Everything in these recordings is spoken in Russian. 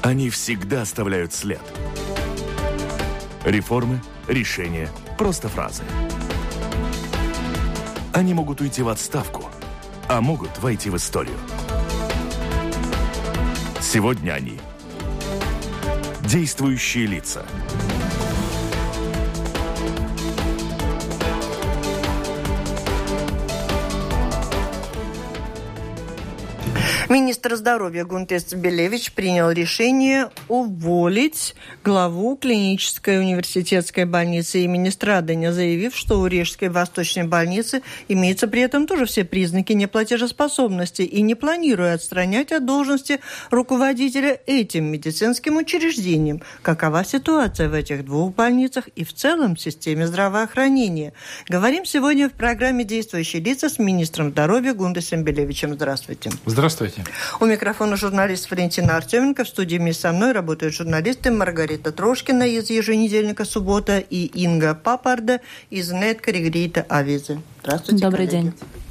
Они всегда оставляют след. Реформы, решения, просто фразы. Они могут уйти в отставку, а могут войти в историю. Сегодня они – действующие лица. Министр здоровья Гунтес Белевич принял решение уволить главу клинической университетской больницы имени Страдания, заявив, что у Рижской Восточной больницы имеются при этом тоже все признаки неплатежеспособности, и не планируя отстранять от должности руководителя этим медицинским учреждением. Какова ситуация в этих двух больницах и в целом в системе здравоохранения? Говорим сегодня в программе «Действующие лица» с министром здоровья Гунтесом Белевичем. Здравствуйте. Здравствуйте. У микрофона журналист Валентина Артеменко. В студии вместе со мной работают журналисты Маргарита Трошкина из еженедельника «Суббота» и Инга Папарда из Неткоригрита Авизы. Здравствуйте, Добрый коллеги. день.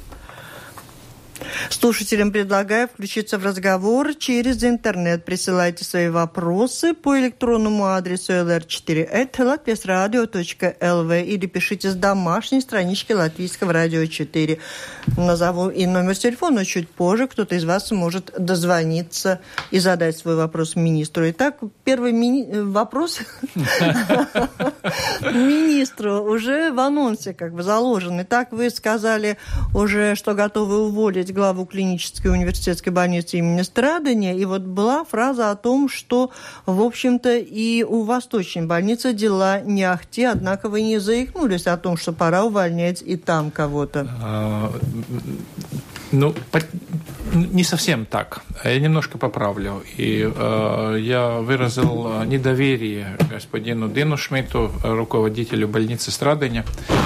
Слушателям предлагаю включиться в разговор через интернет. Присылайте свои вопросы по электронному адресу lr4@latviasradio.lv или пишите с домашней странички Латвийского радио 4. Назову и номер телефона чуть позже. Кто-то из вас может дозвониться и задать свой вопрос министру. Итак, первый вопрос министру уже в анонсе заложен. Итак, вы сказали уже, что готовы уволить главу клинической университетской больницы имени Страдания. И вот была фраза о том, что, в общем-то, и у Восточной больницы дела не ахти, однако вы не заикнулись о том, что пора увольнять и там кого-то. Не совсем так. Я немножко поправлю. И я выразил недоверие господину Дину Шмидту, руководителю больницы Страдания,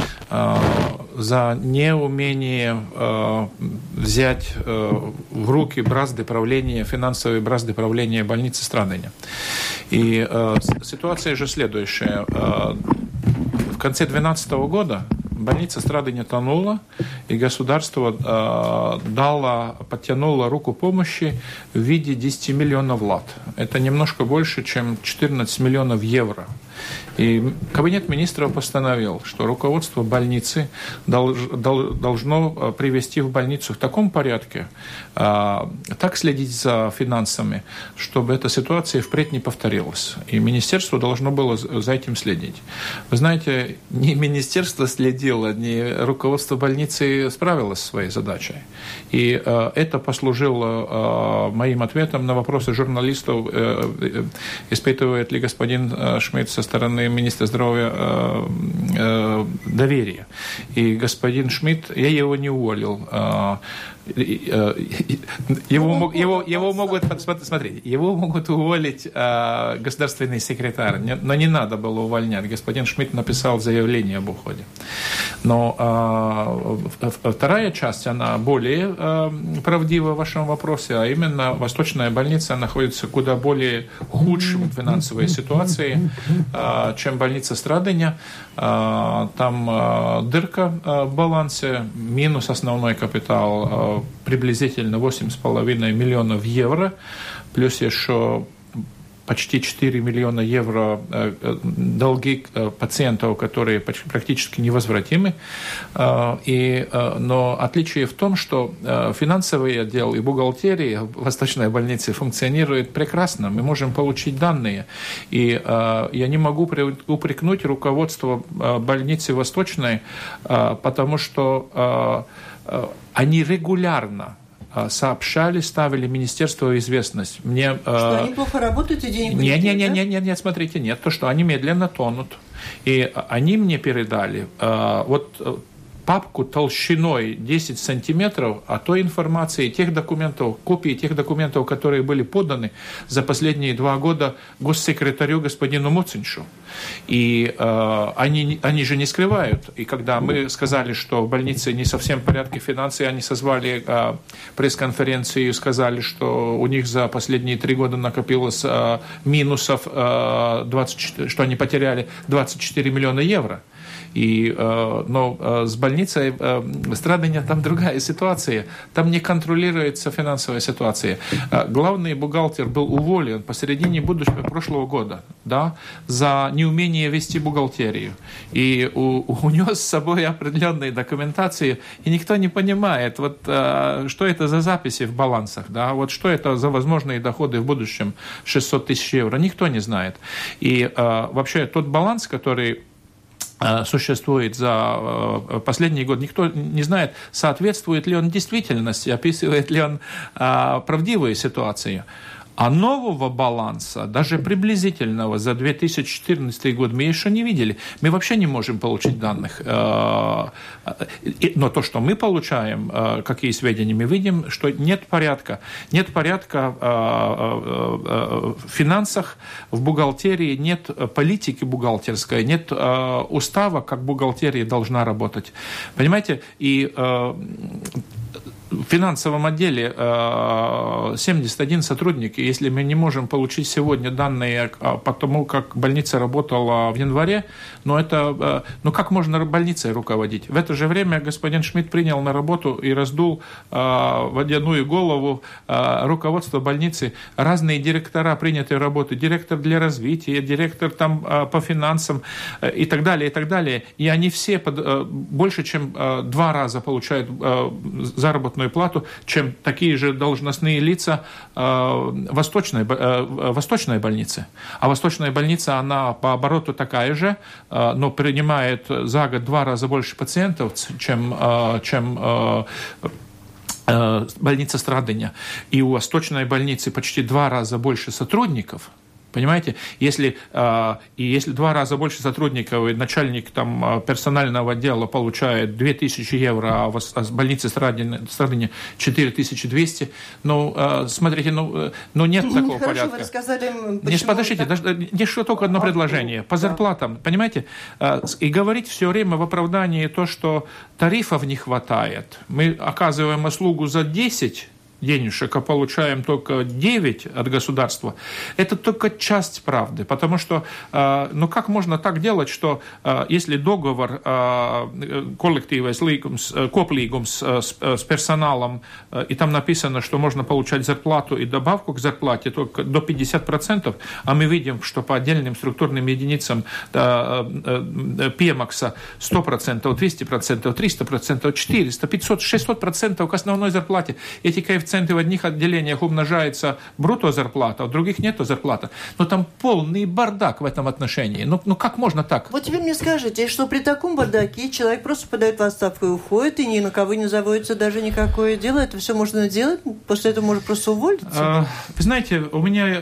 за неумение взять в руки бразды правления, финансовые бразды правления больницы Страдания. И ситуация же следующая. В конце 2012 года больница Страдания тонула, и государство подтянуло руку помощи в виде 10 миллионов лат. Это немножко больше, чем 14 миллионов евро. И кабинет министров постановил, что руководство больницы должно привести в больницу в таком порядке, так следить за финансами, чтобы эта ситуация впредь не повторилась. И министерство должно было за этим следить. Вы знаете, ни министерство следило, ни руководство больницы справилось со своей задачей. И это послужило моим ответом на вопросы журналистов, испытывает ли господин Шмидт со стороны министра здоровья доверия. И господин Шмидт, я его не уволил. Его могут уволить государственный секретарь, но не надо было увольнять. Господин Шмидт написал заявление об уходе. Но вторая часть, она более правдива в вашем вопросе, а именно Восточная больница находится куда более худшей финансовой ситуации, чем больница Страдания. Там дырка в балансе, минус основной капитал приблизительно 8,5 миллионов евро, плюс еще почти 4 миллиона евро долги пациентов, которые практически невозвратимы. Но отличие в том, что финансовый отдел и бухгалтерия в Восточной больнице функционируют прекрасно. Мы можем получить данные. И я не могу упрекнуть руководство больницы Восточной, потому что они регулярно сообщали, ставили министерство в известность. Что они плохо работают и денег не получают? Нет, смотрите, нет. То, что они медленно тонут. И они мне передали папку толщиной 10 сантиметров, а той информации, тех документов, копии тех документов, которые были поданы за последние 2 года госсекретарю господину Муциншу. И они же не скрывают. И когда мы сказали, что в больнице не совсем в порядке финансы, они созвали пресс-конференцию и сказали, что у них за последние 3 года накопилось минусов 24, что они потеряли 24 миллиона евро. Но с больницей Страдания там другая ситуация. Там не контролируется финансовая ситуация. Главный бухгалтер был уволен посередине прошлого года, да, за неумение вести бухгалтерию. И унес с собой определенные документации, и никто не понимает, что это за записи в балансах, да, что это за возможные доходы в будущем 600 тысяч евро, никто не знает. И вообще тот баланс, который существует за последний год, никто не знает, соответствует ли он действительности, описывает ли он правдивую ситуацию. А нового баланса, даже приблизительного за 2014 год, мы еще не видели. Мы вообще не можем получить данных. Но то, что мы получаем, какие сведения, мы видим, что нет порядка. Нет порядка в финансах, в бухгалтерии, нет политики бухгалтерской, нет устава, как бухгалтерия должна работать. Понимаете? И в финансовом отделе 71 сотрудник. И если мы не можем получить сегодня данные по тому, как больница работала в январе, как можно больницей руководить? В это же время господин Шмидт принял на работу и раздул водяную голову руководства больницы. Разные директора принятой работы. Директор для развития, директор там по финансам и так далее, и так далее. И они все больше, чем 2 раза получают заработную плату, чем такие же должностные лица Восточной больницы. А Восточная больница, она по обороту такая же, но принимает за год 2 раза больше пациентов, чем больница Страдания. И у Восточной больницы почти 2 раза больше сотрудников. Понимаете, если 2 раза больше сотрудников, и начальник там персонального отдела получает 2000 евро, а в больнице Страдания 4200, смотрите, нет такого порядка. Вы рассказали, Подождите, еще только одно предложение. По зарплатам, понимаете, и говорить все время в оправдании то, что тарифов не хватает. Мы оказываем услугу за 10 денежек, а получаем только 9 от государства, это только часть правды. Потому что, как можно так делать, что если договор коллективais līgums, коплīgums с персоналом, и там написано, что можно получать зарплату и добавку к зарплате только до 50%, а мы видим, что по отдельным структурным единицам пемакса 100%, 200%, 300%, 400, 500, 600% к основной зарплате. Эти коэффициенты в одних отделениях умножается брутто зарплата, а в других нету зарплата. Но там полный бардак в этом отношении. Как можно так? Вот теперь мне скажите, что при таком бардаке человек просто подает в отставку и уходит, и ни на кого не заводится даже никакое дело. Это все можно делать? После этого можно просто уволиться? Вы знаете, у меня...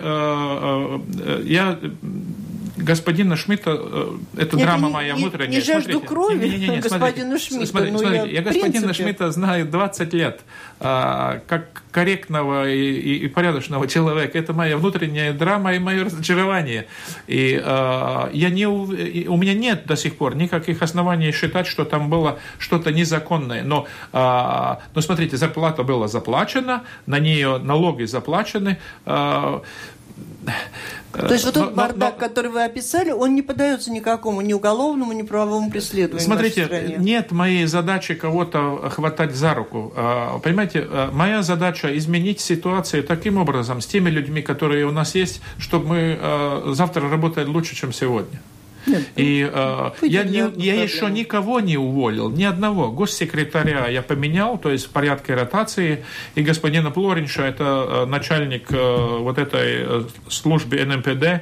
Господина Шмидта, это драма моя внутренняя. Не жажду крови господина Шмидта. Смотрите, я господина Шмидта знаю 20 лет, как корректного и порядочного человека. Это моя внутренняя драма и мое разочарование. И у меня нет до сих пор никаких оснований считать, что там было что-то незаконное. Но смотрите, зарплата была заплачена, на нее налоги заплачены. То есть тот бардак, который вы описали, он не поддается никакому ни уголовному, ни правовому преследованию. Смотрите, нет моей задачи кого-то хватать за руку. Понимаете, моя задача изменить ситуацию таким образом с теми людьми, которые у нас есть, чтобы мы завтра работали лучше, чем сегодня. Нет, и я еще никого не уволил, ни одного. Госсекретаря я поменял, то есть в порядке ротации, и господина Плоринша, это начальник вот этой службы НМПД,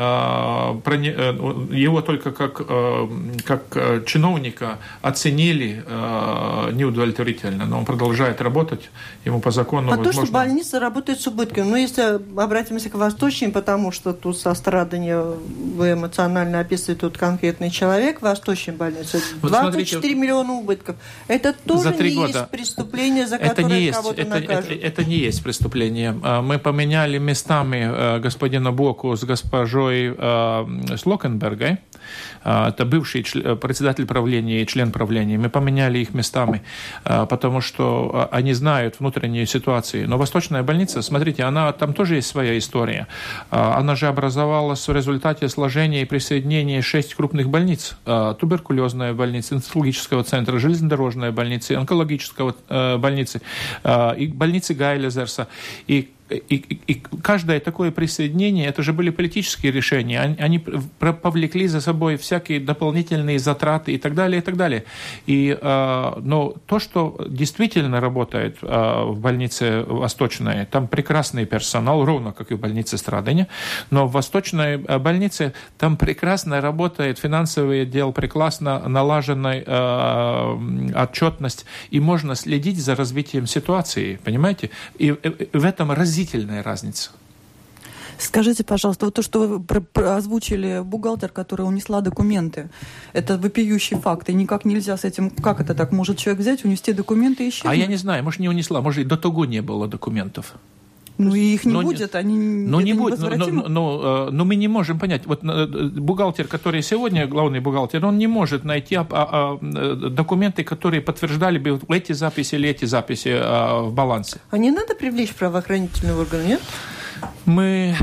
его только как чиновника оценили неудовлетворительно, но он продолжает работать, ему по закону возможно... то, что больница работает с убытками, но если обратимся к Восточной, потому что тут со Страдания вы эмоционально описываете тут конкретный человек, Восточной больнице, 24 миллиона убытков. Это тоже не есть преступление, за которое кого-то накажут? Это не есть преступление. Мы поменяли местами господина Боку с госпожой Слокенбергой. Это бывший председатель правления и член правления. Мы поменяли их местами, потому что они знают внутреннюю ситуацию. Но Восточная больница, смотрите, там тоже есть своя история. Она же образовалась в результате сложения и присоединения менее 6 крупных больниц. Туберкулезная больница, инфекциологического центра, железнодорожная больница, онкологического больницы, и больницы Гайлезерса. И каждое такое присоединение, это же были политические решения, они повлекли за собой всякие дополнительные затраты и так далее, и так далее. Но то, что действительно работает в больнице Восточной, там прекрасный персонал, ровно как и в больнице Страдания, но в Восточной больнице там прекрасно работает финансовый отдел, прекрасно налаженная отчетность, и можно следить за развитием ситуации, понимаете? И в этом разительная разница. Скажите, пожалуйста, вот то, что вы озвучили, бухгалтер, которая унесла документы, это вопиющий факт, и никак нельзя с этим... Как это так? Может человек взять, унести документы и исчезнуть? А я не знаю, может, не унесла, может, и до того не было документов. Ну, и их не будет, они невозвратимы. Но мы не можем понять. Вот бухгалтер, который сегодня главный бухгалтер, он не может найти документы, которые подтверждали бы эти записи или эти записи в балансе. А не надо привлечь правоохранительные органы, нет? Вы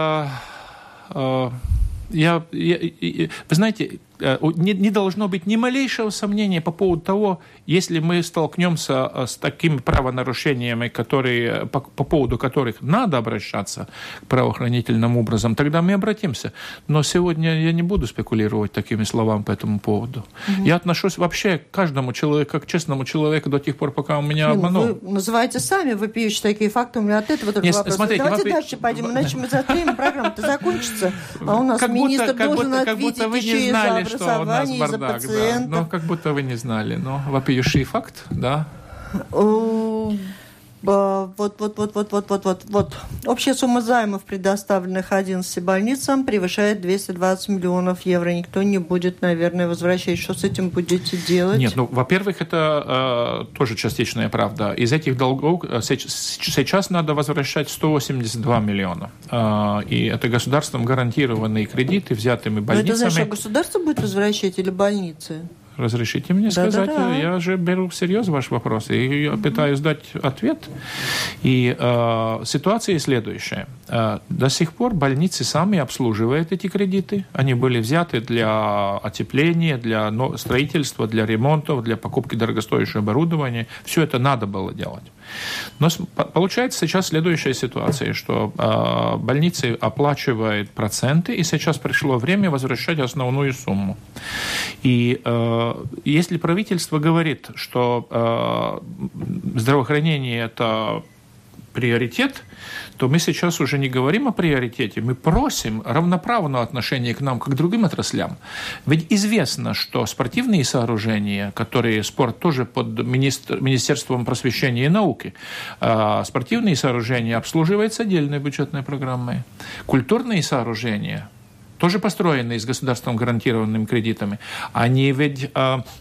знаете, не должно быть ни малейшего сомнения по поводу того, если мы столкнемся с такими правонарушениями, по поводу которых надо обращаться к правоохранительным образом, тогда мы обратимся. Но сегодня я не буду спекулировать такими словами по этому поводу. Угу. Я отношусь вообще к каждому человеку, как к честному человеку до тех пор, пока он меня обманул. Вы называете сами вопиющие такие факты, у меня от этого только вопрос. Смотрите, давайте дальше пойдем, иначе мы за время программа-то закончится, а у нас министр должен ответить еще и за образование, и за пациентов. Да. Ну, как будто вы не знали. Но вопиющий факт, да. Вот. Общая сумма займов, предоставленных 11 больницам, превышает 220 миллионов евро. Никто не будет, наверное, возвращать. Что с этим будете делать? Нет, во-первых, это тоже частичная правда. Из этих долгов сейчас надо возвращать 182 миллиона. И это государством гарантированные кредиты, взятыми больницами. Но это значит, что государство будет возвращать или больницы? Разрешите мне сказать, Да. Я же беру всерьез ваш вопрос и я пытаюсь дать ответ. И ситуация следующая. До сих пор больницы сами обслуживают эти кредиты. Они были взяты для отепления, для строительства, для ремонтов, для покупки дорогостоящего оборудования. Все это надо было делать. Но получается сейчас следующая ситуация, что больницы оплачивают проценты, и сейчас пришло время возвращать основную сумму. И если правительство говорит, что здравоохранение – это приоритет, то мы сейчас уже не говорим о приоритете, мы просим равноправного отношения к нам, как к другим отраслям. Ведь известно, что спортивные сооружения, которые спорт тоже под Министерством просвещения и науки, спортивные сооружения обслуживаются отдельной бюджетной программой. Культурные сооружения, тоже построенные с государством гарантированными кредитами, они ведь...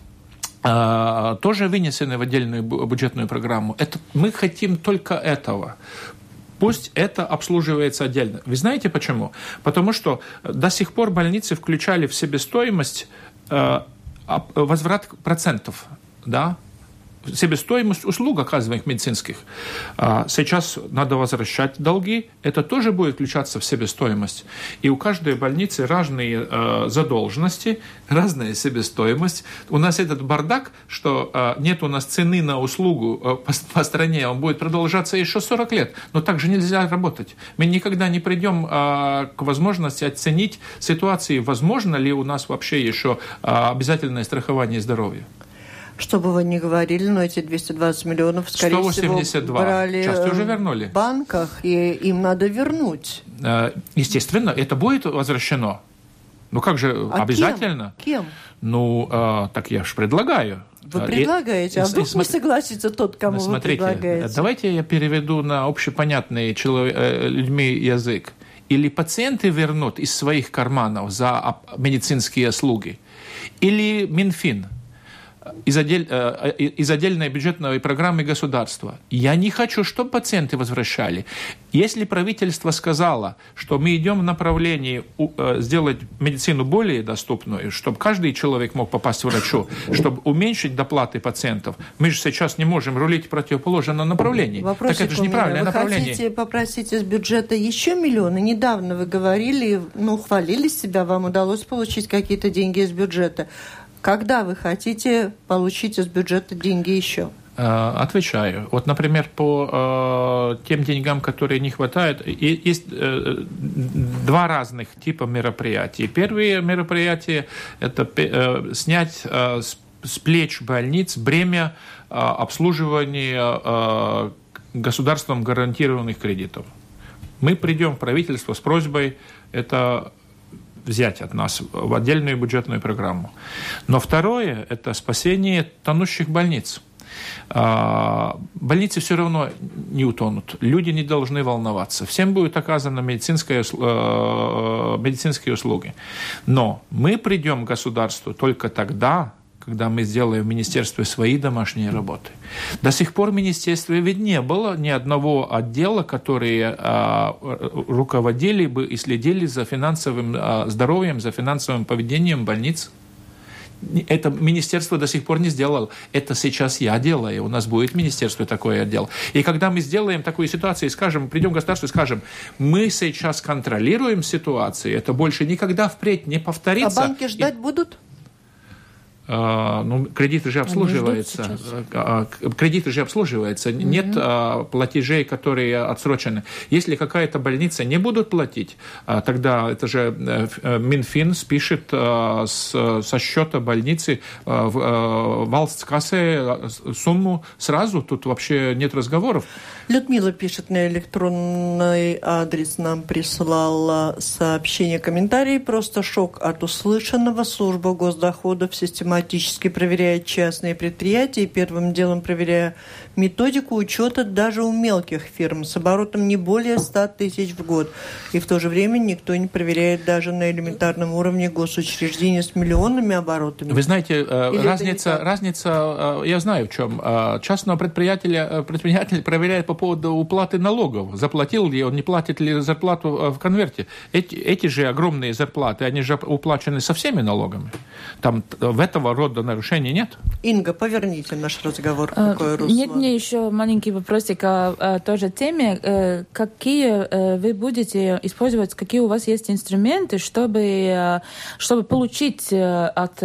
тоже вынесены в отдельную бюджетную программу. Мы хотим только этого. Пусть это обслуживается отдельно. Вы знаете почему? Потому что до сих пор больницы включали в себестоимость возврат процентов, да? Себестоимость услуг, оказываемых медицинских. Сейчас надо возвращать долги. Это тоже будет включаться в себестоимость. И у каждой больницы разные задолженности, разная себестоимость. У нас этот бардак, что нет у нас цены на услугу по стране, он будет продолжаться еще 40 лет. Но так же нельзя работать. Мы никогда не придем к возможности оценить ситуацию, возможно ли у нас вообще еще обязательное страхование здоровья. Что бы вы ни говорили, но эти 220 миллионов, скорее 182. всего, брали уже вернули. В банках, и им надо вернуть. Естественно, это будет возвращено. Ну как же, обязательно? Кем? Ну, так я же предлагаю. Вы предлагаете, а вдруг не согласится тот, кому вы предлагаете? Давайте я переведу на общепонятный людьми язык. Или пациенты вернут из своих карманов за медицинские услуги, или Минфин из отдельной бюджетной программы государства. Я не хочу, чтобы пациенты возвращали. Если правительство сказало, что мы идем в направлении сделать медицину более доступной, чтобы каждый человек мог попасть к врачу, чтобы уменьшить доплаты пациентов, мы же сейчас не можем рулить в противоположном направлении. Вопросик так это же неправильное направление. Вы хотите попросить из бюджета еще миллионы? Недавно вы говорили, хвалили себя, вам удалось получить какие-то деньги из бюджета. Когда вы хотите получить из бюджета деньги еще? Отвечаю. Вот, например, по тем деньгам, которые не хватает, есть два разных типа мероприятий. Первые мероприятия – это снять с плеч больниц бремя обслуживания государством гарантированных кредитов. Мы придем в правительство с просьбой это взять от нас в отдельную бюджетную программу. Но второе – это спасение тонущих больниц. Больницы все равно не утонут. Люди не должны волноваться. Всем будут оказаны медицинские услуги. Но мы придем к государству только тогда, когда мы сделаем в министерстве свои домашние работы. До сих пор в министерстве ведь не было ни одного отдела, которые руководили бы и следили за финансовым здоровьем, за финансовым поведением больниц. Это министерство до сих пор не сделало. Это сейчас я делаю. У нас будет в министерстве такой отдел. И когда мы сделаем такую ситуацию и скажем, придем к государству и скажем, мы сейчас контролируем ситуацию, это больше никогда впредь не повторится. А банки ждать будут? Кредиты же обслуживаются. Кредиты же обслуживаются. Нет платежей, которые отсрочены. Если какая-то больница не будут платить, тогда это же Минфин спишет со счета больницы в Валстскассе сумму сразу. Тут вообще нет разговоров. Людмила пишет на электронный адрес, нам прислала сообщение, комментарий. Просто шок от услышанного. Служба госдоходов систематически проверяет частные предприятия и первым делом проверяя методику учета даже у мелких фирм с оборотом не более 100 тысяч в год. И в то же время никто не проверяет даже на элементарном уровне госучреждения с миллионными оборотами. Вы знаете, разница, я знаю в чем. Частного предприниматель проверяет по поводу уплаты налогов. Заплатил ли он, не платит ли зарплату в конверте. Эти же огромные зарплаты, они же уплачены со всеми налогами. Там в этого рода нарушений нет. Инга, поверните наш разговор в такое русло. Нет, мне еще маленький вопросик о той же теме. Какие вы будете использовать, какие у вас есть инструменты, чтобы получить от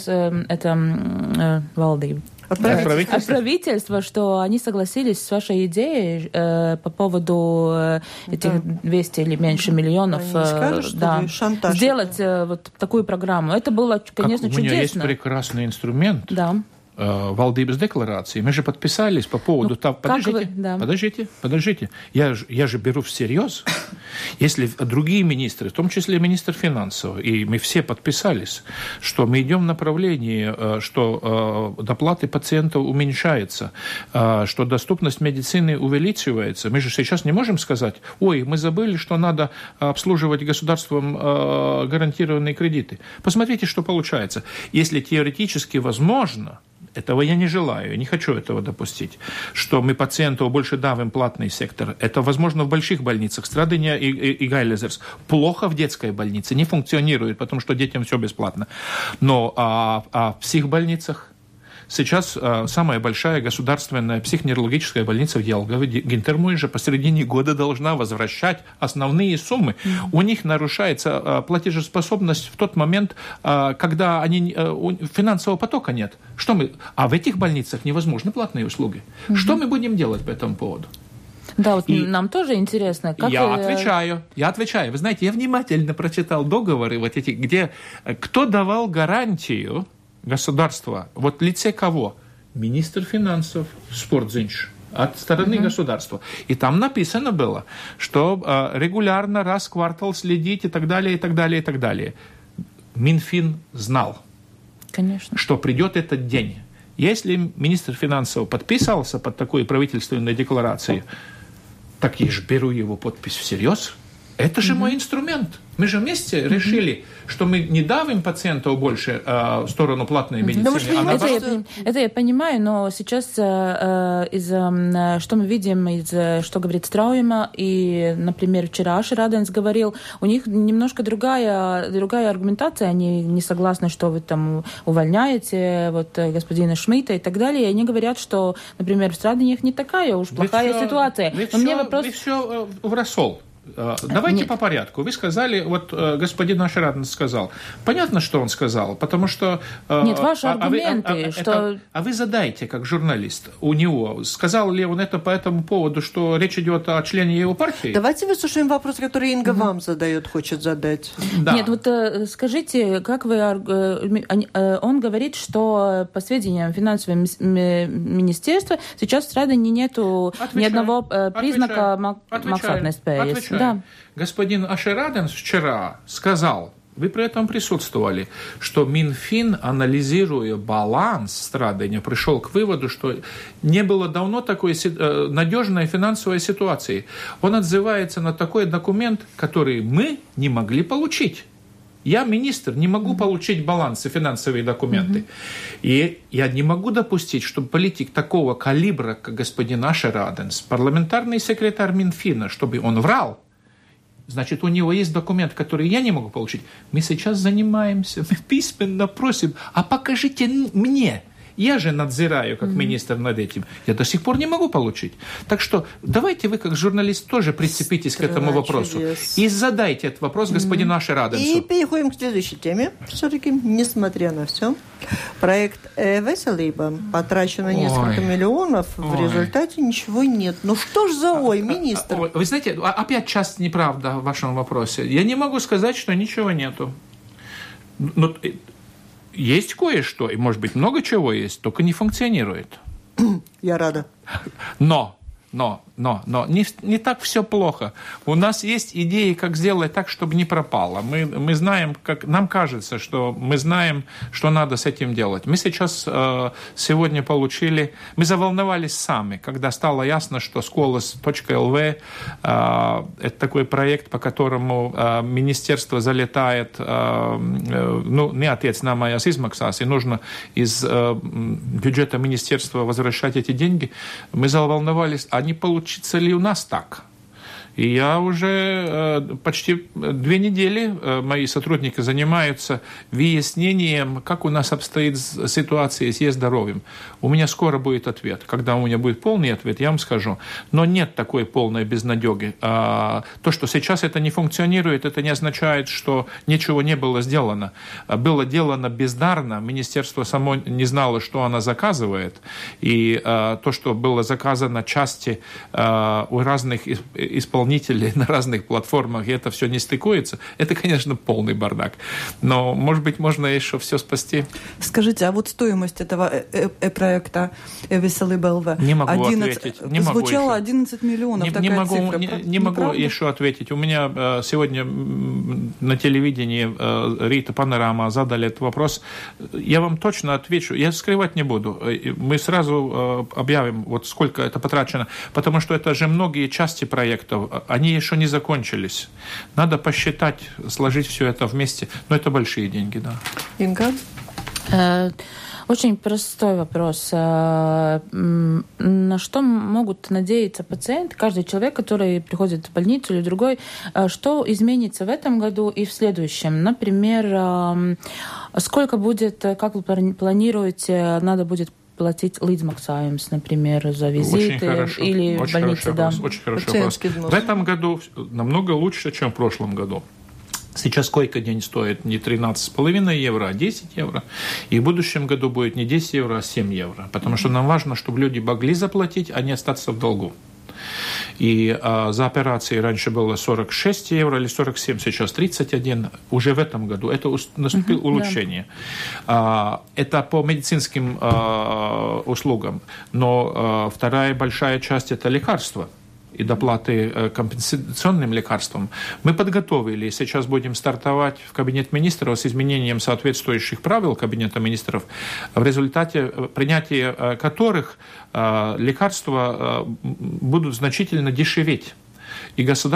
валдības? От правительства, что они согласились с вашей идеей по поводу этих 200 или меньше миллионов сделать вот такую программу. Это было, конечно, чудесно. У меня есть прекрасный инструмент. Да. Валдības декларации. Мы же подписались по поводу того... Подождите. Я же беру всерьез. Если другие министры, в том числе министр финансов, и мы все подписались, что мы идем в направлении, что доплаты пациентов уменьшаются, что доступность медицины увеличивается. Мы же сейчас не можем сказать, ой, мы забыли, что надо обслуживать государством гарантированные кредиты. Посмотрите, что получается. Если теоретически возможно, этого я не желаю, не хочу этого допустить, что мы пациентов больше давим платный сектор. Это возможно в больших больницах. Страдания и Гайлезерс. Плохо в детской больнице, не функционирует, потому что детям все бесплатно. Но в психбольницах сейчас самая большая государственная психоневрологическая больница в Елгове, Гинтермуйже, посередине года должна возвращать основные суммы. У них нарушается платежеспособность в тот момент, когда финансового потока нет. А в этих больницах невозможны платные услуги. Что мы будем делать по этому поводу? Да, вот нам тоже интересно. Как я отвечаю. Вы знаете, я внимательно прочитал договоры вот эти, где кто давал гарантию государства, вот в лице кого? Министр финансов, Спортзинш, от стороны государства. И там написано было, что регулярно раз в квартал следить и так далее, и так далее, и так далее. Минфин знал, конечно, что придет этот день. Если министр финансов подписался под такой правительственной декларацией, так я же беру его подпись всерьез. Это же мой инструмент. Мы же вместе решили, что мы не давим пациенту больше в сторону платной медицины. Это я понимаю, но сейчас что мы видим, что говорит Страуема, и, например, вчера Ашер Раденс говорил, у них немножко другая аргументация, они не согласны, что вы там увольняете господина Шмидта и так далее, и они говорят, что, например, в Страдениях не такая уж плохая ситуация. Вы все в рассол. Давайте по порядку. Вы сказали, господин Ашер Раденс сказал. Понятно, что он сказал, потому что... Нет, ваши аргументы, А вы задайте, как журналист, у него, сказал ли он это по этому поводу, что речь идет о члене его партии? Давайте выслушаем вопрос, который Инга вам хочет задать. Да. Нет, скажите, как вы... Он говорит, что по сведениям финансового министерства сейчас в Страдении нету ни одного признака максатности. Да. Господин Ашер Раденс вчера сказал, вы при этом присутствовали, что Минфин, анализируя баланс Страдения, пришел к выводу, что не было давно такой надежной финансовой ситуации. Он отзывается на такой документ, который мы не могли получить. Я, министр, не могу получить баланс и финансовые документы. И я не могу допустить, чтобы политик такого калибра, как господин Ашер Раденс, парламентарный секретарь Минфина, чтобы он врал. Значит, у него есть документ, который я не могу получить. Мы сейчас занимаемся, мы письменно просим, а покажите мне. Я же надзираю, как министр, над этим. Я до сих пор не могу получить. Так что давайте вы, как журналист, тоже прицепитесь к этому вопросу. И задайте этот вопрос господину Ашер Раденсу. И переходим к следующей теме. Все-таки, несмотря на все, проект «Веселība» потрачено несколько миллионов, в результате ничего нет. Ну что ж за министр? Вы знаете, опять часть неправда в вашем вопросе. Я не могу сказать, что ничего нету. Но есть кое-что, и, может быть, много чего есть, только не функционирует. Я рада. Но не так все плохо. У нас есть идеи, как сделать так, чтобы не пропало. Мы знаем, нам кажется, что мы знаем, что надо с этим делать. Мы сейчас сегодня мы заволновались сами, когда стало ясно, что Skolas.lv это такой проект, по которому министерство залетает, неответственная изmaksās, и нужно из бюджета министерства возвращать эти деньги. Мы заволновались, а не получится ли у нас так? И я уже почти 2 недели, мои сотрудники занимаются выяснением, как у нас обстоит ситуация с здоровьем. У меня скоро будет ответ. Когда у меня будет полный ответ, я вам скажу. Но нет такой полной безнадёги. То, что сейчас это не функционирует, это не означает, что ничего не было сделано. Было делано бездарно. Министерство само не знало, что оно заказывает. И то, что было заказано части у разных исполнителей на разных платформах, и это все не стыкуется, это, конечно, полный бардак. Но, может быть, можно еще все спасти. Скажите, а вот стоимость этого проекта «Веселība»? Не могу ответить. Звучало 11 миллионов, такая цифра. Не могу еще ответить. У меня сегодня на телевидении Рита Панорама задали этот вопрос. Я вам точно отвечу. Я скрывать не буду. Мы сразу объявим, сколько это потрачено, потому что это же многие части проектов. Они еще не закончились. Надо посчитать, сложить все это вместе. Но это большие деньги, да. Инга? Очень простой вопрос. На что могут надеяться пациенты, каждый человек, который приходит в больницу или другой, что изменится в этом году и в следующем? Например, сколько будет, как вы планируете, надо будет платить līdzmaksājums, например, за визиты или в больнице? Очень хороший вопрос. В этом году намного лучше, чем в прошлом году. Сейчас койка-день стоит не 13,5 евро, а 10 евро. И в будущем году будет не 10 евро, а 7 евро. Потому что нам важно, чтобы люди могли заплатить, а не остаться в долгу. И за операции раньше было 46 евро или 47, сейчас 31. Уже в этом году это наступило улучшение. Да. Это по медицинским услугам. Но вторая большая часть – это лекарства и доплаты компенсационным лекарствам. Мы подготовили, и сейчас будем стартовать в Кабинет министров с изменением соответствующих правил Кабинета министров, в результате принятия которых лекарства будут значительно дешеветь. и государство на этом сэкономит. Параллельный импорт и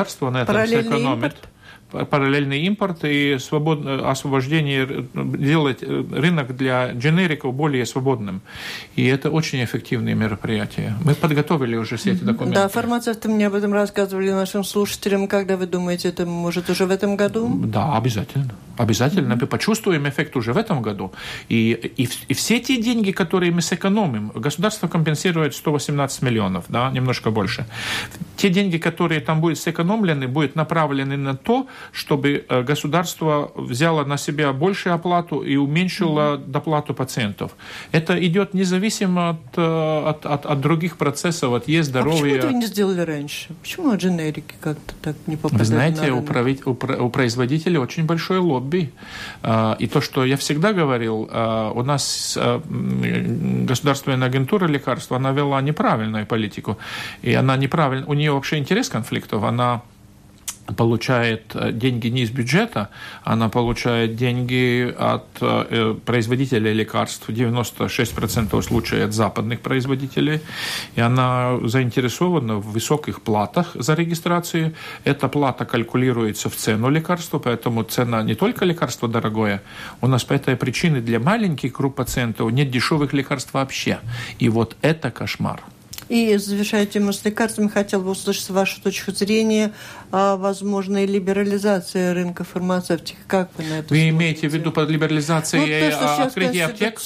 параллельный импорт и освобождение, делать рынок для дженериков более свободным. И это очень эффективные мероприятия. Мы подготовили уже все эти документы. Да, фармацевты мне об этом рассказывали нашим слушателям. Когда вы думаете, это может уже в этом году? Да, обязательно. Обязательно. Мы почувствуем эффект уже в этом году. И все те деньги, которые мы сэкономим, государство компенсирует 118 миллионов, да, немножко больше. Те деньги, которые там будут сэкономлены, будут направлены на то, чтобы государство взяло на себя большую оплату и уменьшило доплату пациентов. Это идет независимо от других процессов, от здоровья. А почему этого не сделали раньше? Почему дженерики как-то так не попадают? Вы знаете, у производителей очень большое лобби. И то, что я всегда говорил, у нас государственная агентура лекарств, она вела неправильную политику. И она неправильно, у нее вообще интерес конфликтов, она получает деньги не из бюджета, она получает деньги от производителей лекарств, 96% случаев от западных производителей, и она заинтересована в высоких платах за регистрацию. Эта плата калькулируется в цену лекарства, поэтому цена не только лекарство дорогое, у нас по этой причине для маленьких групп пациентов нет дешевых лекарств вообще. И вот это кошмар. И, завершая тему с лекарствами, хотел бы услышать вашу точку зрения о возможной либерализации рынка фармацевтики. Как вы на это смотрите? Вы имеете в виду под либерализацией открытия аптек?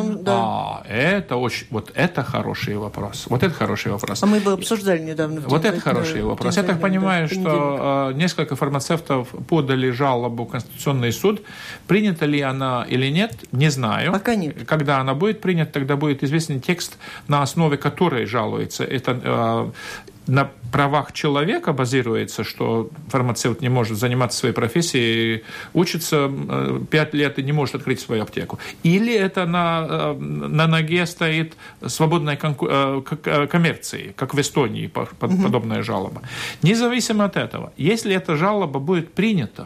Да. Это очень, вот это хороший вопрос. Вот это хороший вопрос. А мы его обсуждали недавно. Вот это хороший вопрос. Я так понимаю, что несколько фармацевтов подали жалобу в Конституционный суд. Принята ли она или нет, не знаю. Пока нет. Когда она будет принята, тогда будет известен текст, на основе которой жалуется. Это на правах человека базируется, что фармацевт не может заниматься своей профессией, учится 5 лет и не может открыть свою аптеку. Или это на ноге стоит свободной коммерции, как в Эстонии подобная жалоба. Независимо от этого, если эта жалоба будет принята,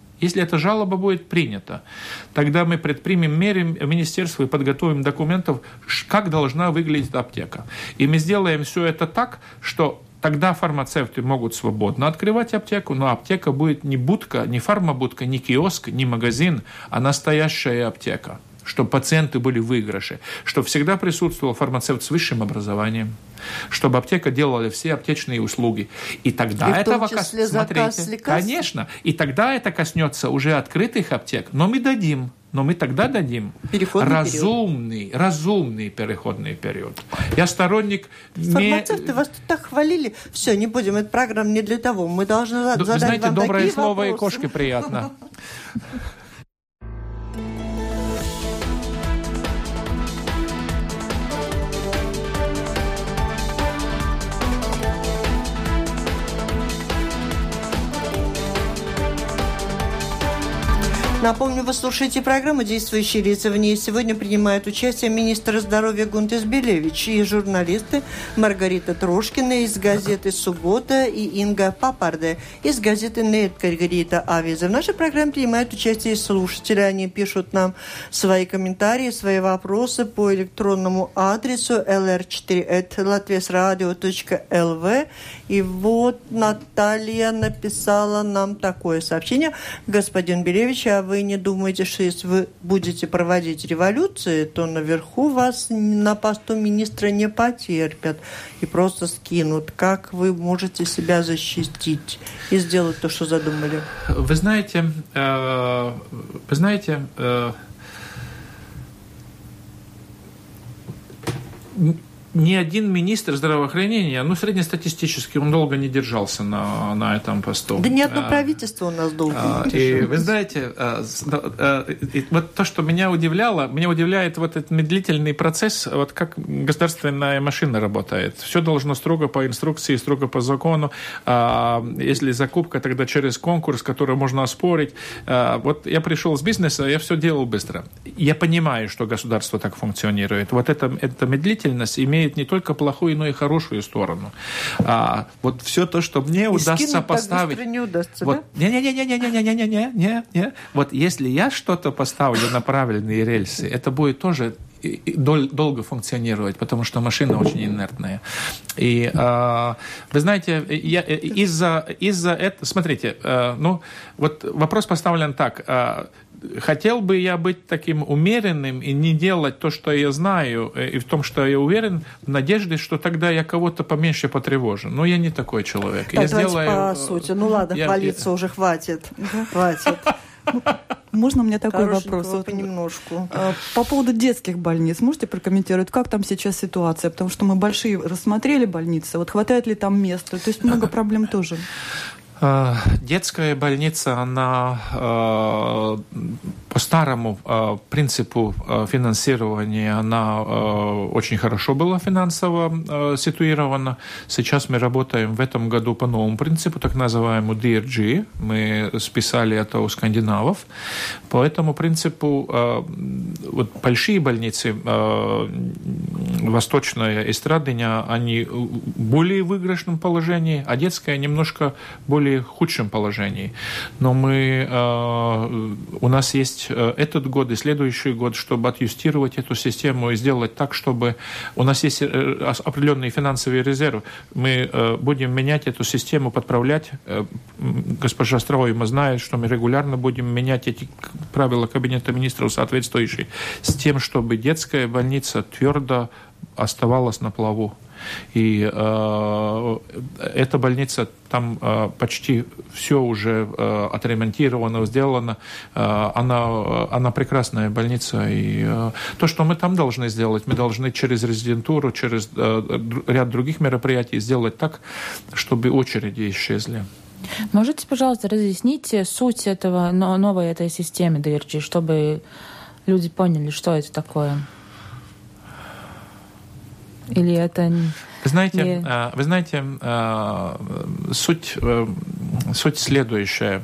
тогда мы предпримем меры в министерстве и подготовим документов, как должна выглядеть аптека. И мы сделаем все это так, что тогда фармацевты могут свободно открывать аптеку, но аптека будет не будка, не фармабудка, не киоск, не магазин, а настоящая аптека. Чтобы пациенты были в выигрыше, чтобы всегда присутствовал фармацевт с высшим образованием, чтобы аптека делала все аптечные услуги. И тогда и этого коснется. Конечно. И тогда это коснется уже открытых аптек. Но мы тогда дадим разумный переходный период. Я сторонник... Фармацевты вас тут так хвалили. Все, не будем, эта программа не для того. Мы должны задать вам такие вопросы. Доброе слово и кошке приятно. Напомню, вы слушаете программу «Действующие лица». В ней сегодня принимают участие министр здоровья Гунтис Белевич и журналисты Маргарита Трошкина из газеты «Суббота» и Инга Папарде из газеты «Неткаргарита Авиза». В нашей программе принимают участие слушатели. Они пишут нам свои комментарии, свои вопросы по электронному адресу lr4@latviasradio.lv. И вот Наталья написала нам такое сообщение. Господин Белевич, а вы не думаете, что если вы будете проводить революции, то наверху вас на посту министра не потерпят и просто скинут? Как вы можете себя защитить и сделать то, что задумали? Вы знаете, ни один министр здравоохранения, среднестатистически, он долго не держался на этом посту. Да ни одно правительство у нас долго не держалось. И вы знаете, вот то, что меня удивляет вот этот медлительный процесс, вот как государственная машина работает. Все должно строго по инструкции, строго по закону. Если закупка, тогда через конкурс, который можно оспорить. Вот я пришел с бизнеса, я все делал быстро. Я понимаю, что государство так функционирует. Вот эта медлительность имеет не только плохую, но и хорошую сторону. Вот все то, что мне удастся поставить... не удастся, вот, да? Не. Вот если я что-то поставлю на правильные рельсы, это будет тоже долго функционировать, потому что машина очень инертная. И вы знаете, из-за этого... Смотрите, вот вопрос поставлен так. Хотел бы я быть таким умеренным и не делать то, что я знаю, и в том, что я уверен, в надежде, что тогда я кого-то поменьше потревожу. Но я не такой человек. Так, я давайте по сути. Ну ладно, хвалиться уже хватит. Хватит. Можно мне такой вопрос? Понемножку. По поводу детских больниц. Можете прокомментировать, как там сейчас ситуация? Потому что мы большие рассмотрели больницы. Вот хватает ли там места? То есть много проблем тоже. Детская больница, она по старому принципу финансирования, она очень хорошо была финансово ситуирована. Сейчас мы работаем в этом году по новому принципу, так называемому DRG. Мы списали это у скандинавов. По этому принципу вот большие больницы, Восточная и Страдыня, они в более выигрышном положении, а детская немножко более худшем положении. Но у нас есть этот год и следующий год, чтобы отъюстировать эту систему и сделать так, чтобы у нас есть определенные финансовые резервы. Мы будем менять эту систему, подправлять. Госпожа Строима знает, что мы регулярно будем менять эти правила Кабинета министров соответствующие, с тем, чтобы детская больница твердо оставалась на плаву. И эта больница, там почти все уже отремонтировано, сделано. Она прекрасная больница. И то, что мы там должны сделать, мы должны через резидентуру, через ряд других мероприятий сделать так, чтобы очереди исчезли. Можете, пожалуйста, разъяснить суть этого новой этой системы DRG, чтобы люди поняли, что это такое? Или это... Вы знаете, суть следующая.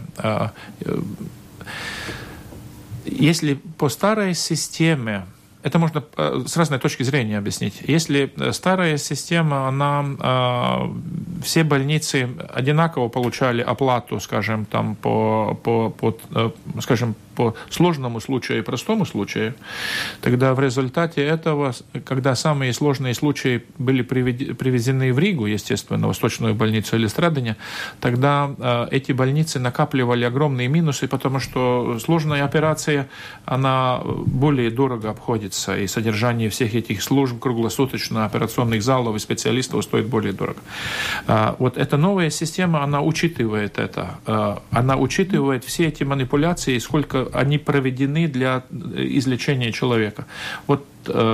Если по старой системе, это можно с разной точки зрения объяснить. Если старая система, все больницы одинаково получали оплату, скажем, там, по сложному случаю и простому случаю, тогда в результате этого, когда самые сложные случаи были привезены в Ригу, естественно, Восточную больницу или Страдыня, тогда эти больницы накапливали огромные минусы, потому что сложная операция, она более дорого обходится, и содержание всех этих служб, круглосуточно операционных залов и специалистов стоит более дорого. Вот эта новая система, она учитывает это. Она учитывает все эти манипуляции, сколько они проведены для излечения человека. Вот,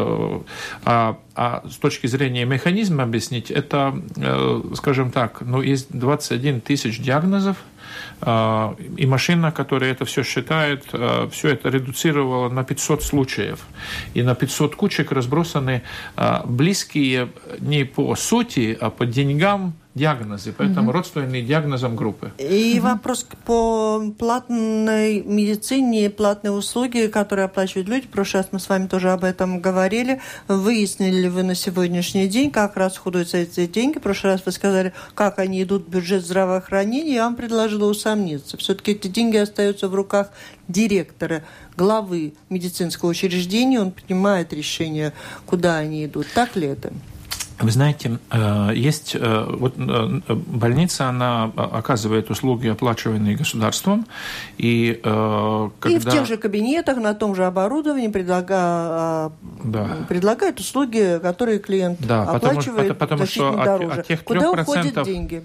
с точки зрения механизма объяснить, это, скажем так, есть 21 тысяч диагнозов, и машина, которая это все считает, все это редуцировала на 500 случаев. И на 500 кучек разбросаны близкие не по сути, а по деньгам диагнозы, поэтому родственные диагнозам группы. И вопрос по платной медицине, платные услуги, которые оплачивают люди. В прошлый раз мы с вами тоже об этом говорили. Выяснили ли вы на сегодняшний день, как расходуются эти деньги? В прошлый раз вы сказали, как они идут в бюджет здравоохранения. Я вам предложила усомниться. Все-таки эти деньги остаются в руках директора, главы медицинского учреждения. Он принимает решение, куда они идут. Так ли это? Вы знаете, есть больница, она оказывает услуги, оплачиваемые государством, и в тех же кабинетах, на том же оборудовании предлагает услуги, которые клиент оплачивает, потому что дороже. От тех 3%, куда уходят деньги?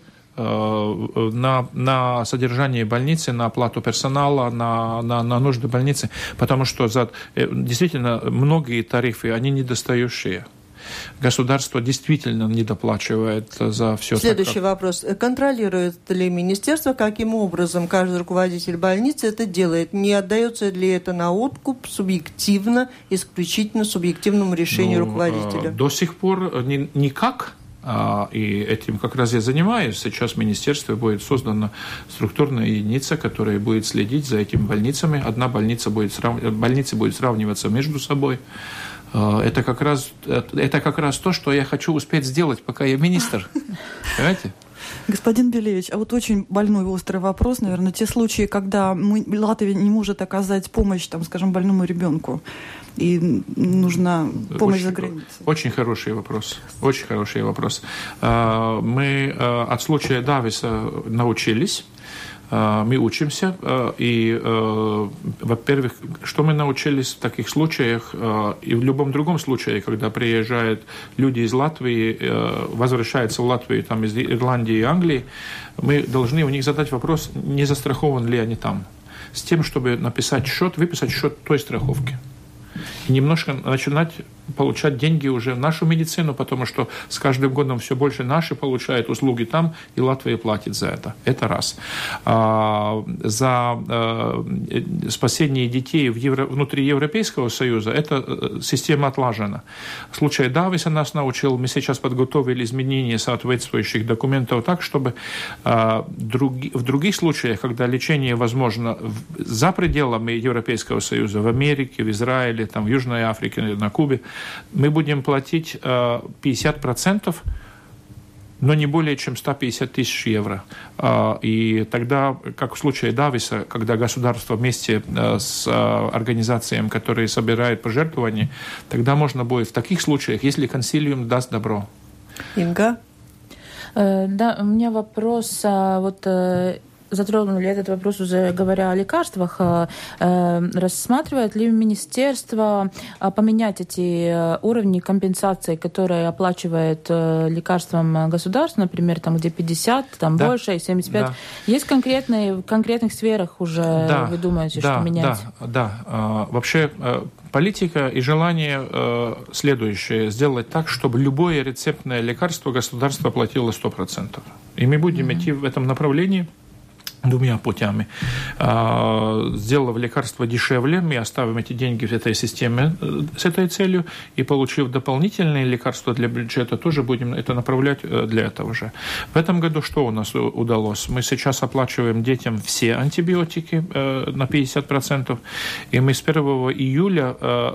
На содержание больницы, на оплату персонала, на нужды больницы, потому что действительно многие тарифы, они недостающие. Государство действительно недоплачивает за все. Следующий вопрос. Контролирует ли министерство, каким образом каждый руководитель больницы это делает? Не отдается ли это на откуп субъективно, исключительно субъективному решению руководителя? До сих пор никак. И этим как раз я занимаюсь. Сейчас в министерстве будет создана структурная единица, которая будет следить за этими больницами. Одна больница будет сравниваться между собой. Это как раз то, что я хочу успеть сделать, пока я министр. Понимаете? Господин Белевич, а вот очень больной острый вопрос, наверное, те случаи, когда Латвия не может оказать помощь, там, скажем, больному ребенку, и нужна помощь за границей. Очень хороший вопрос. Очень хороший вопрос. Мы от случая Дависа научились. Мы учимся, и, во-первых, что мы научились в таких случаях, и в любом другом случае, когда приезжают люди из Латвии, возвращаются в Латвию там, из Ирландии и Англии, мы должны у них задать вопрос, не застрахованы ли они там, с тем, чтобы написать счет, выписать счет той страховки. И немножко начинать получать деньги уже в нашу медицину, потому что с каждым годом все больше наши получают услуги там, и Латвия платит за это. Это раз. За спасение детей внутри Европейского Союза эта система отлажена. В случае Дависа нас научил, мы сейчас подготовили изменения соответствующих документов так, чтобы в других случаях, когда лечение возможно за пределами Европейского Союза, в Америке, в Израиле, там, в Южной Африке, на Кубе, мы будем платить 50%, но не более чем 150 тысяч евро. И тогда, как в случае Дависа, когда государство вместе с организациями, которые собирают пожертвования, тогда можно будет в таких случаях, если консилиум даст добро. Инга? Да, у меня вопрос. Затронули этот вопрос, уже говоря о лекарствах. Рассматривает ли министерство поменять эти уровни компенсации, которые оплачивает лекарствам государство, например, там, где 50, там да. Больше, и 75? Да. Есть в конкретных сферах уже, да. Вы думаете, что менять? Да. Вообще политика и желание следующее: сделать так, чтобы любое рецептное лекарство государство платило 100%. И мы будем идти в этом направлении двумя путями. Сделав лекарство дешевле, мы оставим эти деньги в этой системе с этой целью, и, получив дополнительные лекарства для бюджета, тоже будем это направлять для этого же. В этом году что у нас удалось? Мы сейчас оплачиваем детям все антибиотики на 50%, и мы с 1 июля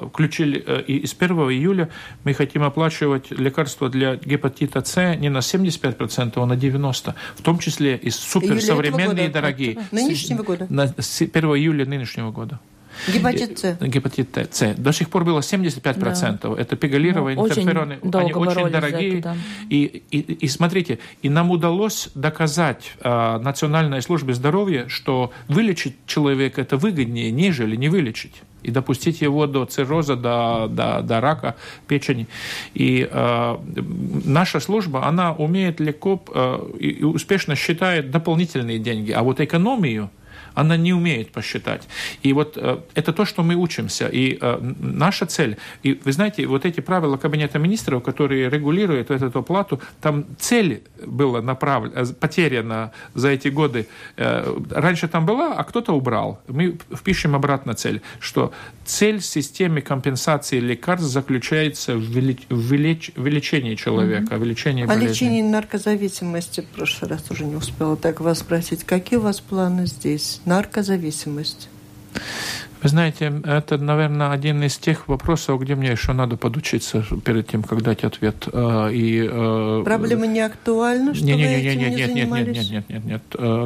с 1 июля мы хотим оплачивать лекарства для гепатита С не на 75%, а на 90%, в том числе и суперсовременные дорогие. Нынешнего года? С 1 июля нынешнего года. Гепатит С. Гепатит С. До сих пор было 75%. Да. Это пегалировые интерфероны. Они очень дорогие. И смотрите, и нам удалось доказать Национальной службе здоровья, что вылечить человека это выгоднее, нежели не вылечить. И допустить его до цирроза, до рака печени. И наша служба, она умеет легко и успешно считает дополнительные деньги. А вот экономию она не умеет посчитать. И вот это то, что мы учимся. И наша цель, и вы знаете, вот эти правила Кабинета министров, которые регулируют эту оплату, там цель была потеряна за эти годы. Раньше там была, а кто-то убрал. Мы впишем обратно цель, что цель системы компенсации лекарств заключается в лечении человека, в лечении болезни. О лечении наркозависимости в прошлый раз уже не успела так вас спросить. Какие у вас планы здесь? Наркозависимость. Вы знаете, это, наверное, один из тех вопросов, где мне еще надо подучиться перед тем, как дать ответ. Проблема не актуальна, что вы этим не занимались? Нет.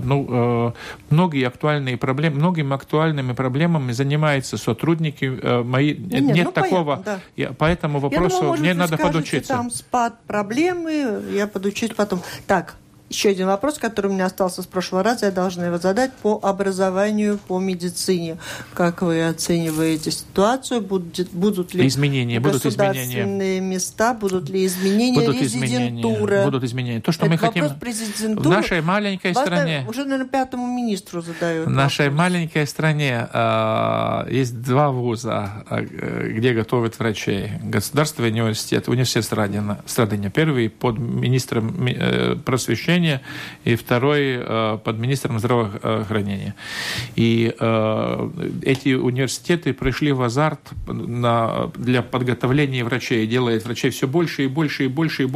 Многими актуальными проблемами занимаются сотрудники мои. Нет такого. Понятно, да. Поэтому вопросу мне надо подучиться. Там спад проблемы, я подучусь потом. Так. Еще один вопрос, который у меня остался с прошлого раза, я должна его задать по образованию, по медицине. Как вы оцениваете ситуацию? Будут ли изменения, государственные места? Будут ли изменения? Резидентура? Будут изменения. То, что мы хотим в нашей маленькой стране. Уже, наверное, 5-му министру задают. В нашей маленькой стране есть 2 вуза, где готовят врачей. Государственный университет Страдания. Первый под министром просвещения, и второй под министром здравоохранения. И эти университеты пришли в азарт для подготовления врачей, делает врачей все больше и больше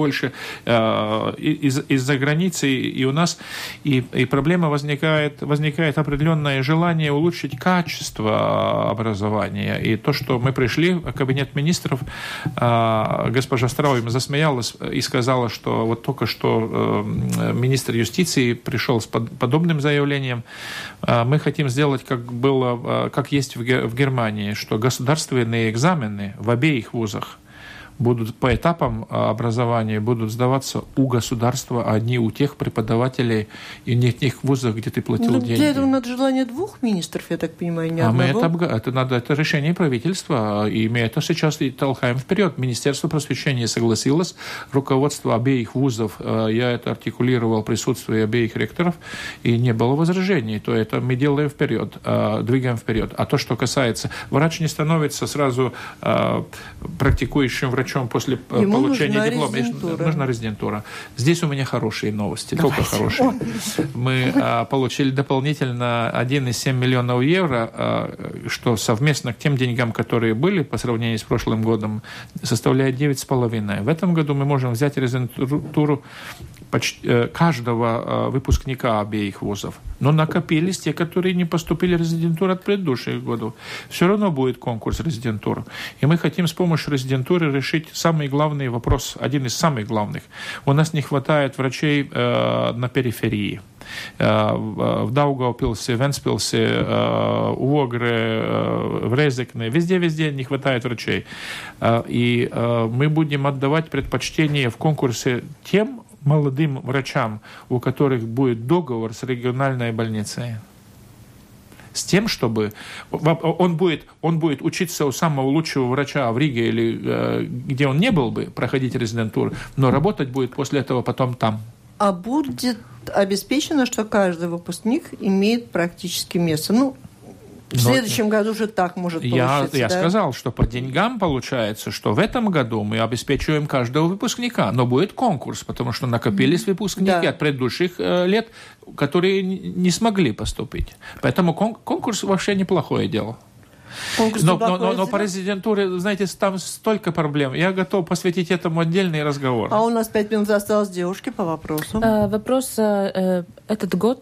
из-за границы, и у нас и проблема возникает определенное желание улучшить качество образования. И то, что мы пришли в кабинет министров, госпожа Страуем засмеялась и сказала, что вот только что министр юстиции пришел с подобным заявлением. Мы хотим сделать, как есть в Германии, что государственные экзамены в обеих вузах будут по этапам образования будут сдаваться у государства, а не у тех преподавателей и не в тех вузах, где ты платил деньги. Для этого надо желание двух министров, я так понимаю, не одного. Это решение правительства, и мы это сейчас и толкаем вперед. Министерство просвещения согласилось, руководство обеих вузов, я это артикулировал в присутствии обеих ректоров, и не было возражений, то это мы делаем вперед, двигаем вперед. А то, что касается, врач не становится сразу практикующим врачом после получения диплома. Нужна резидентура. Здесь у меня хорошие новости, только хорошие. Мы получили дополнительно 1,7 миллионов евро, что совместно к тем деньгам, которые были по сравнению с прошлым годом, составляет 9,5. В этом году мы можем взять резидентуру каждого выпускника обеих вузов. Но накопились те, которые не поступили в резидентуру от предыдущих годов. Все равно будет конкурс резидентуры. И мы хотим с помощью резидентуры решить самый главный вопрос, один из самых главных. У нас не хватает врачей на периферии. В Даугавпилсе, в Вентспилсе, у Огры, в Резекне, везде не хватает врачей. И мы будем отдавать предпочтение в конкурсе тем молодым врачам, у которых будет договор с региональной больницей. С тем, чтобы он будет учиться у самого лучшего врача в Риге или где он не был бы, проходить резидентуру, но работать будет после этого потом там. А будет обеспечено, что каждый выпускник имеет практически место? В следующем году уже так может получиться. Я сказал, что по деньгам получается, что в этом году мы обеспечиваем каждого выпускника, но будет конкурс, потому что накопились выпускники от предыдущих лет, которые не смогли поступить. Поэтому конкурс вообще неплохое дело. Но по резидентуре, знаете, там столько проблем. Я готов посвятить этому отдельный разговор. А у нас 5 минут осталось девушки по вопросу. Вопрос. Этот год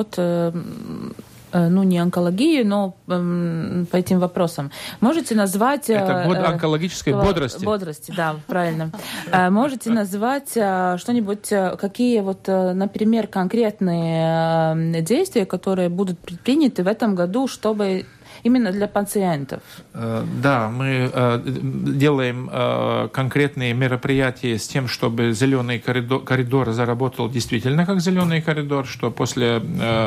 не онкологии, но по этим вопросам. Можете назвать... Это год онкологической бодрости. Бодрости, да, правильно. Можете назвать что-нибудь, какие например, конкретные действия, которые будут предприняты в этом году, чтобы именно для пациентов? Да, мы делаем конкретные мероприятия с тем, чтобы зеленый коридор заработал действительно как зеленый коридор, что после,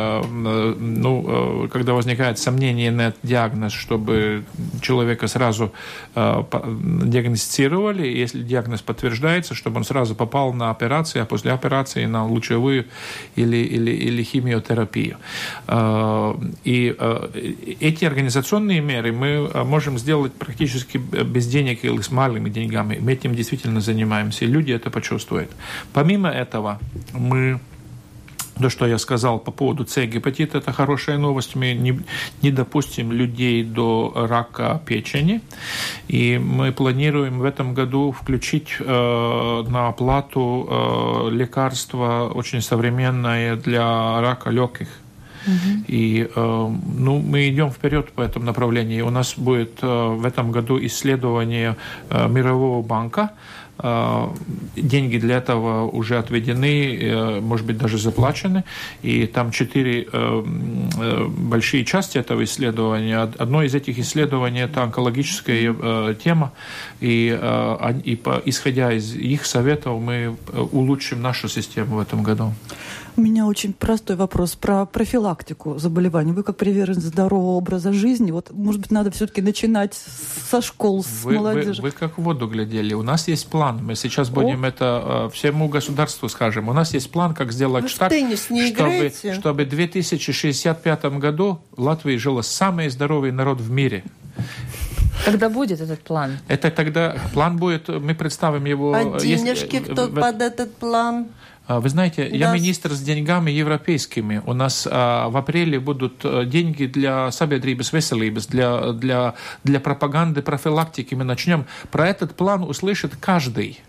когда возникает сомнение на диагноз, чтобы человека сразу диагностировали, и если диагноз подтверждается, чтобы он сразу попал на операцию, а после операции на лучевую или химиотерапию. И эти организационные меры мы можем сделать практически без денег или с малыми деньгами. Мы этим действительно занимаемся, и люди это почувствуют. Помимо этого, то, что я сказал по поводу С-гепатита, это хорошая новость. Мы не допустим людей до рака печени. И мы планируем в этом году включить на оплату лекарства очень современное для рака легких. И мы идем вперед по этому направлению. У нас будет в этом году исследование Мирового банка. Деньги для этого уже отведены, может быть, даже заплачены. И там 4 большие части этого исследования. Одно из этих исследований – это онкологическая тема. И исходя из их советов, мы улучшим нашу систему в этом году. У меня очень простой вопрос про профилактику заболеваний. Вы как приверженец здорового образа жизни, может быть, надо все-таки начинать со школ, с молодежи. Вы как в воду глядели. У нас есть план. Мы сейчас будем это всему государству скажем. У нас есть план, как сделать так, чтобы в 2065 году в Латвии жил самый здоровый народ в мире. Когда будет этот план? Это тогда план будет, мы представим его. А денежки кто под этот план? Вы знаете, я министр с деньгами европейскими. У нас в апреле будут деньги для sabiedrības veselības, для пропаганды, профилактики. Мы начнем. Про этот план услышит каждый.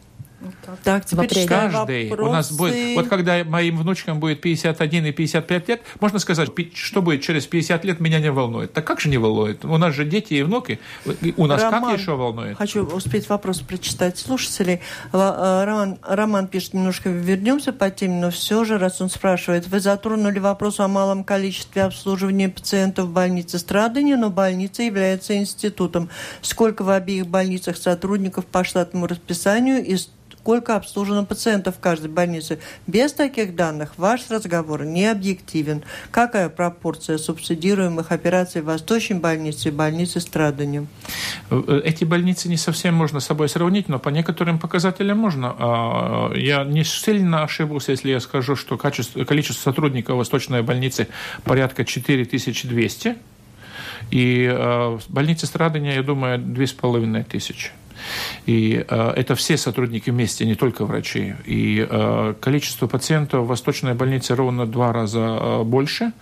Так, теперь каждый. Вопросы. У нас будет, вот когда моим внучкам будет 51 и 55 лет, можно сказать, что будет через 50 лет, меня не волнует. Так как же не волнует? У нас же дети и внуки. У нас как еще волнует? Хочу успеть вопрос прочитать слушателей. Роман пишет, немножко вернемся по теме, но все же, раз он спрашивает, вы затронули вопрос о малом количестве обслуживания пациентов в больнице Страдания, но больница является институтом. Сколько в обеих больницах сотрудников по штатному расписанию и сколько обслужено пациентов в каждой больнице? Без таких данных ваш разговор не объективен. Какая пропорция субсидируемых операций в Восточной больнице и больнице Страдания? Эти больницы не совсем можно с собой сравнить, но по некоторым показателям можно. Я не сильно ошибался, если я скажу, что количество сотрудников Восточной больницы порядка 4200. И в больнице Страдания, я думаю, 2500. И это все сотрудники вместе, не только врачи. И количество пациентов в Восточной больнице ровно 2 раза больше.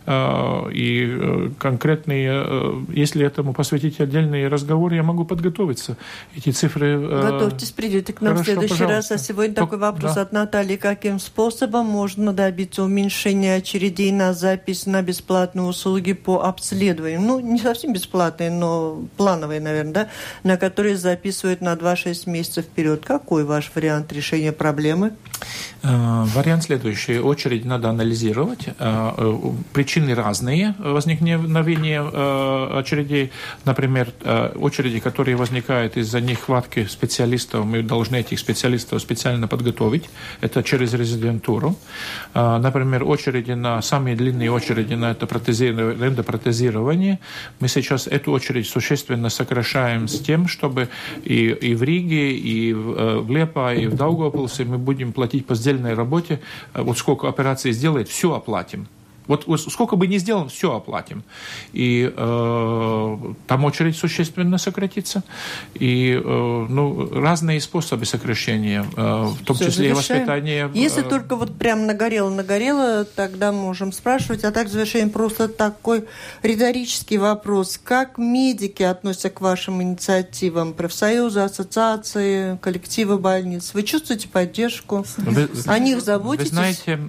И конкретные, если этому посвятить отдельный разговор, я могу подготовиться. Эти цифры... Готовьтесь, придете к нам в следующий раз. А сегодня такой вопрос от Натальи. Каким способом можно добиться уменьшения очередей на запись на бесплатные услуги по обследованию? Ну, не совсем бесплатные, но плановые, наверное, да? На которые записывают на 2-6 месяцев вперед. Какой ваш вариант решения проблемы? Вариант следующий. Очередь надо анализировать. Причины разные возникновения очередей. Например, очереди, которые возникают из-за нехватки специалистов, мы должны этих специалистов специально подготовить. Это через резидентуру. Например, очереди самые длинные очереди на это эндопротезирование. Мы сейчас эту очередь существенно сокращаем с тем, чтобы и в Риге, и в Лиепае, и в Даугавпилсе мы будем платить по сдельной работе. Вот сколько операций сделает, все оплатим. Вот сколько бы ни сделано, все оплатим. И там очередь существенно сократится. И разные способы сокращения, в том все, числе завершаем. И воспитание. Если только вот прям нагорело, тогда можем спрашивать. А так завершаем просто такой риторический вопрос. Как медики относятся к вашим инициативам? Профсоюзы, ассоциации, коллективы больниц? Вы чувствуете поддержку? О них заботитесь? Вы знаете,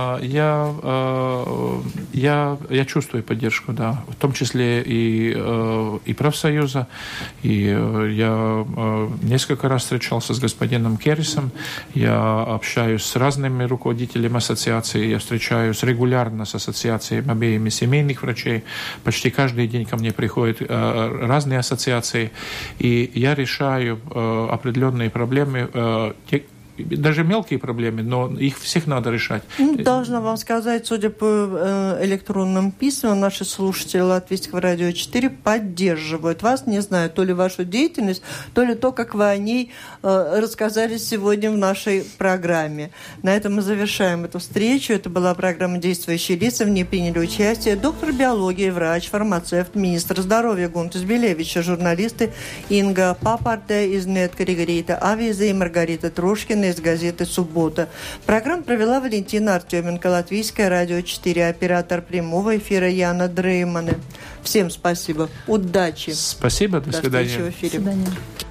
я чувствую поддержку, да, в том числе и профсоюза. И я несколько раз встречался с господином Керрисом, я общаюсь с разными руководителями ассоциации, я встречаюсь регулярно с ассоциациями обеими семейных врачей. Почти каждый день ко мне приходят разные ассоциации, и я решаю определенные проблемы, даже мелкие проблемы, но их всех надо решать. Должна вам сказать, судя по электронным письмам, наши слушатели Латвийского радио 4 поддерживают вас, не знаю, то ли вашу деятельность, то ли то, как вы о ней рассказали сегодня в нашей программе. На этом мы завершаем эту встречу. Это была программа «Действующие лица». В ней приняли участие доктор биологии, врач, фармацевт, министр здоровья Гунтис Белевич, журналисты Инга Папарде из Неоткорригерита Авиза и Маргарита Трошкина из газеты «Суббота». Программу провела Валентина Артеменко, Латвийское радио 4, оператор прямого эфира Яна Дреймане. Всем спасибо. Удачи. Спасибо. До свидания. До встречи в эфире. До свидания.